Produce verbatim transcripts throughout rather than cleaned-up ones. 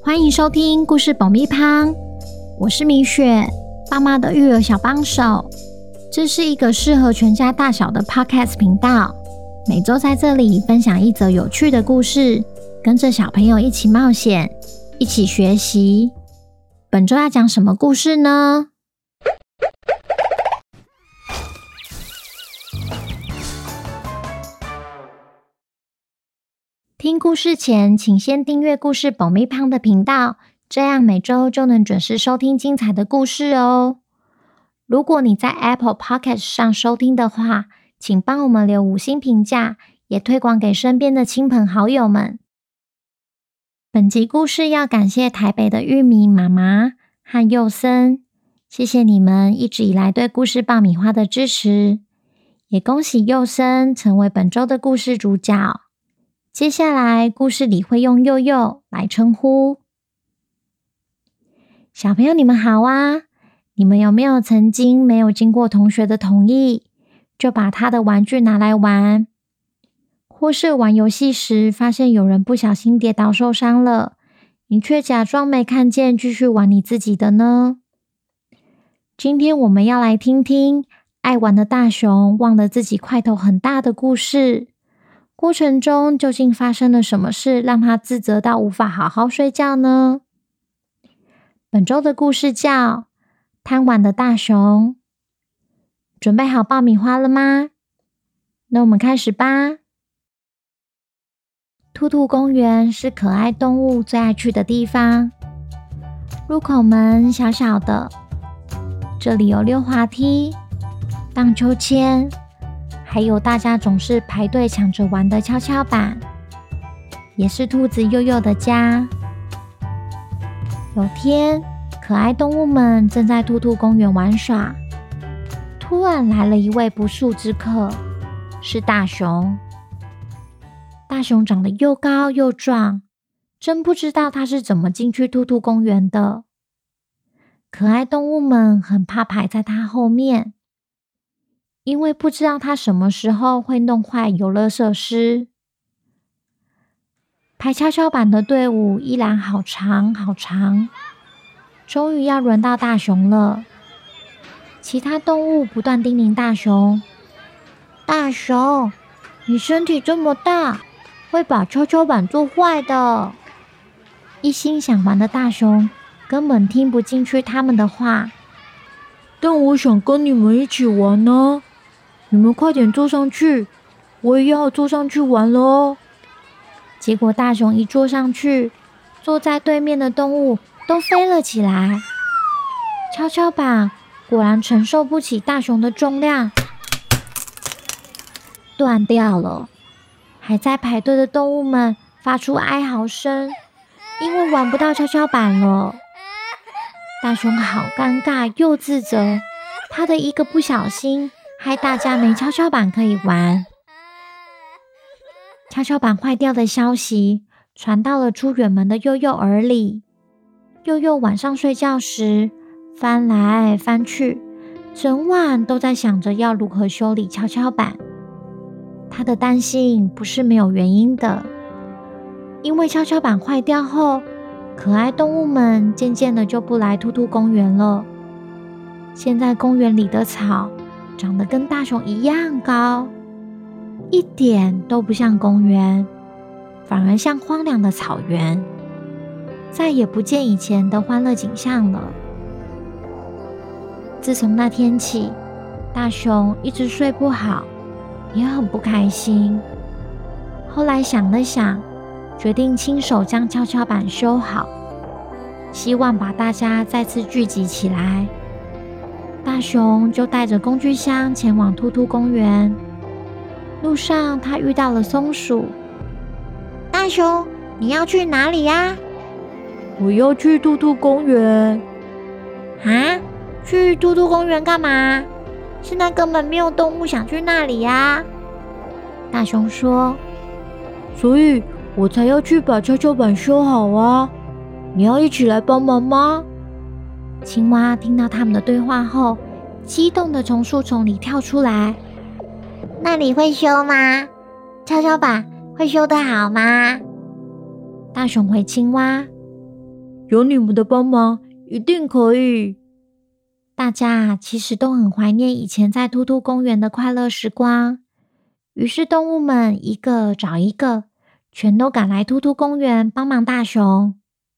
欢迎收听故事爆米花，我是米雪，爸妈的育儿小帮手。这是一个适合全家大小的 podcast 频道，每周在这里分享一则有趣的故事，跟着小朋友一起冒险，一起学习。本周要讲什么故事呢？听故事前，请先订阅故事爆米花的频道，这样每周就能准时收听精彩的故事哦。如果你在 Apple Podcast 上收听的话，请帮我们留五星评价，也推广给身边的亲朋好友们。本集故事要感谢台北的玉米妈妈和佑森，谢谢你们一直以来对故事爆米花的支持，也恭喜佑森成为本周的故事主角。接下来故事里会用佑佑来称呼。小朋友你们好啊，你们有没有曾经没有经过同学的同意，就把他的玩具拿来玩？或是玩游戏时发现有人不小心跌倒受伤了，你却假装没看见继续玩你自己的呢？今天我们要来听听爱玩的大熊忘了自己块头很大的故事。过程中究竟发生了什么事，让他自责到无法好好睡觉呢？本周的故事叫《贪玩的大熊》。准备好爆米花了吗？那我们开始吧。兔兔公园是可爱动物最爱去的地方。入口门小小的，这里有溜滑梯、荡秋千，还有大家总是排队抢着玩的跷跷板，也是兔子佑佑的家。有天，可爱动物们正在兔兔公园玩耍，突然来了一位不速之客，是大熊。大熊长得又高又壮，真不知道他是怎么进去兔兔公园的。可爱动物们很怕排在他后面，因为不知道他什么时候会弄坏游乐设施。排跷跷板的队伍依然好长好长，终于要轮到大熊了。其他动物不断叮咛大熊：大熊，你身体这么大，会把跷跷板做坏的。一心想玩的大熊根本听不进去他们的话。 但我想跟你们一起玩呢、啊，你们快点坐上去，我也要坐上去玩了哦。 结果大熊一坐上去，坐在对面的动物都飞了起来。跷跷板果然承受不起大熊的重量，断掉了。还在排队的动物们发出哀嚎声，因为玩不到跷跷板了。大熊好尴尬又自责，他的一个不小心害大家没跷跷板可以玩。跷跷板坏掉的消息传到了出远门的佑佑耳里。佑佑晚上睡觉时翻来翻去，整晚都在想着要如何修理跷跷板。他的担心不是没有原因的，因为跷跷板坏掉后，可爱动物们渐渐的就不来兔兔公园了。现在公园里的草长得跟大熊一样高，一点都不像公园，反而像荒凉的草原，再也不见以前的欢乐景象了。自从那天起，大熊一直睡不好，也很不开心。后来想了想，决定亲手将跷跷板修好，希望把大家再次聚集起来。大熊就带着工具箱前往兔兔公园。路上他遇到了松鼠。大熊，你要去哪里呀？ 我要去兔兔公园。 啊？去兔兔公园干嘛？现在根本没有动物想去那里呀。大熊说。 所以我才要去把跷跷板修好啊。你要一起来帮忙吗？ 青蛙听到他们的对话后，激动地从树丛里跳出来。那你会修吗？跷跷板会修得好吗？大熊回青蛙： 有你们的帮忙，一定可以。 大家其实都很怀念以前在兔兔公园的快乐时光，于是动物们一个找一个，全都赶来兔兔公园帮忙大熊。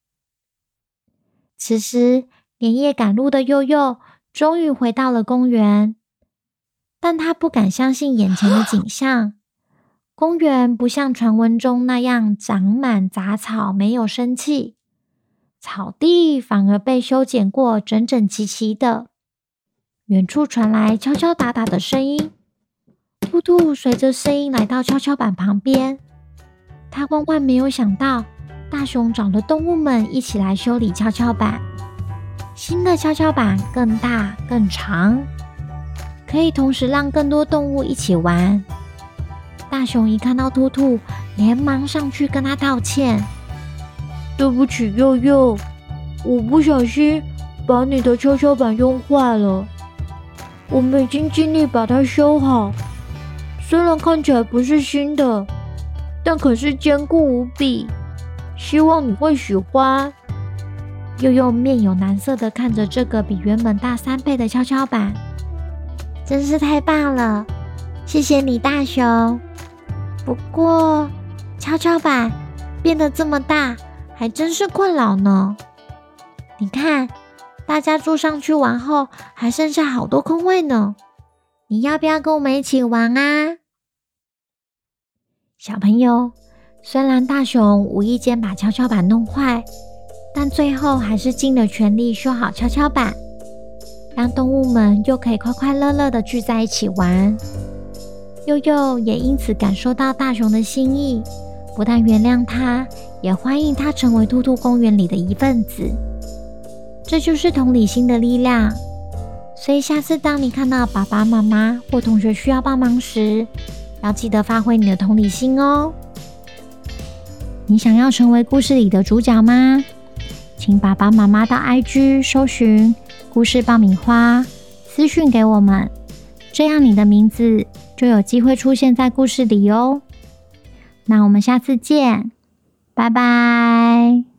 此时，连夜赶路的佑佑终于回到了公园，但他不敢相信眼前的景象。公园不像传闻中那样长满杂草，没有生气，草地反而被修剪过，整整齐齐的。远处传来敲敲打打的声音，兔兔随着声音来到跷跷板旁边。他万万没有想到，大熊找了动物们一起来修理跷跷板。新的跷跷板更大更长，可以同时让更多动物一起玩。大熊一看到兔兔，连忙上去跟他道歉：“ 对不起，佑佑，我不小心把你的跷跷板用坏了。我们已经尽力把它修好，虽然看起来不是新的，但可是坚固无比，希望你会喜欢。” 佑佑面有难色地看着这个比原本大三倍的跷跷板，真是太棒了，谢谢你，大熊。不过，跷跷板变得这么大，还真是困扰呢。你看，大家坐上去玩后，还剩下好多空位呢。你要不要跟我们一起玩啊？小朋友，虽然大熊无意间把跷跷板弄坏，但最后还是尽了全力修好跷跷板，让动物们又可以快快乐乐地聚在一起玩。佑佑也因此感受到大熊的心意，不但原谅他，也欢迎他成为兔兔公园里的一份子。这就是同理心的力量。所以下次当你看到爸爸妈妈或同学需要帮忙时，要记得发挥你的同理心哦。你想要成为故事里的主角吗？请爸爸妈妈到 I G 搜寻故事爆米花，私讯给我们，这样你的名字就有机会出现在故事里哦。那我们下次见，拜拜。